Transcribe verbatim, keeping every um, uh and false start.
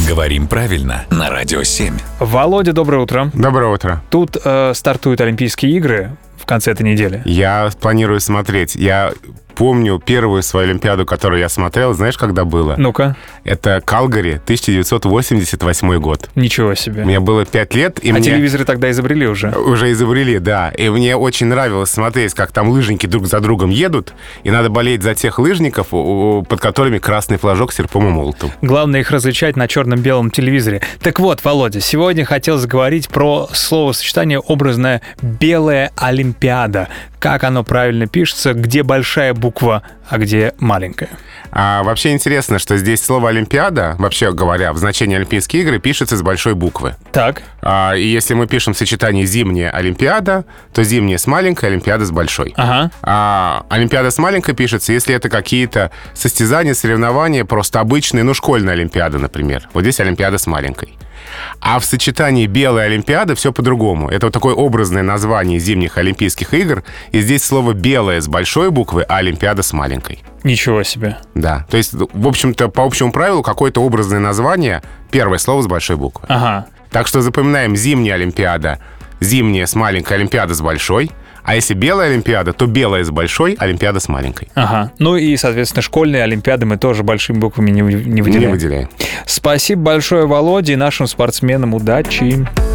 Говорим правильно на Радио семь. Володя, доброе утро. Доброе утро. Тут э, стартуют Олимпийские игры в конце этой недели. Я планирую смотреть. Я помню первую свою Олимпиаду, которую я смотрел. Знаешь, когда было? Ну-ка. Это Калгари, тысяча девятьсот восемьдесят восьмой год. Ничего себе. Мне было пять лет. И а мне... телевизоры тогда изобрели уже? Уже изобрели, да. И мне очень нравилось смотреть, как там лыжники друг за другом едут. И надо болеть за тех лыжников, под которыми красный флажок с серпом и молотом. Главное их различать на черно-белом телевизоре. Так вот, Володя, сегодня хотел заговорить про словосочетание образное «белая Олимпиада». Как оно правильно пишется, где большая буква, а где маленькая? А, вообще интересно, что здесь слово «Олимпиада», вообще говоря, в значении Олимпийские игры пишется с большой буквы. Так. А, и если мы пишем в сочетании «зимняя Олимпиада», то «зимняя» с маленькой, «Олимпиада» с большой. Ага. А «Олимпиада» с маленькой пишется, если это какие-то состязания, соревнования, просто обычные, ну, школьная Олимпиада, например. Вот здесь «Олимпиада» с маленькой. А в сочетании «белая Олимпиада» все по-другому. Это вот такое образное название зимних Олимпийских игр. И здесь слово «белая» с большой буквы, а «Олимпиада» с маленькой. Ничего себе. Да. То есть, в общем-то, по общему правилу, какое-то образное название, первое слово с большой буквы. Ага. Так что запоминаем «зимняя Олимпиада», «зимняя» с маленькой, «Олимпиада» с большой. А если белая Олимпиада, то белая с большой, Олимпиада с маленькой. Ага. Ну и, соответственно, школьные Олимпиады мы тоже большими буквами не, не выделяем. Не выделяем. Спасибо большое, Володе, и нашим спортсменам. Удачи!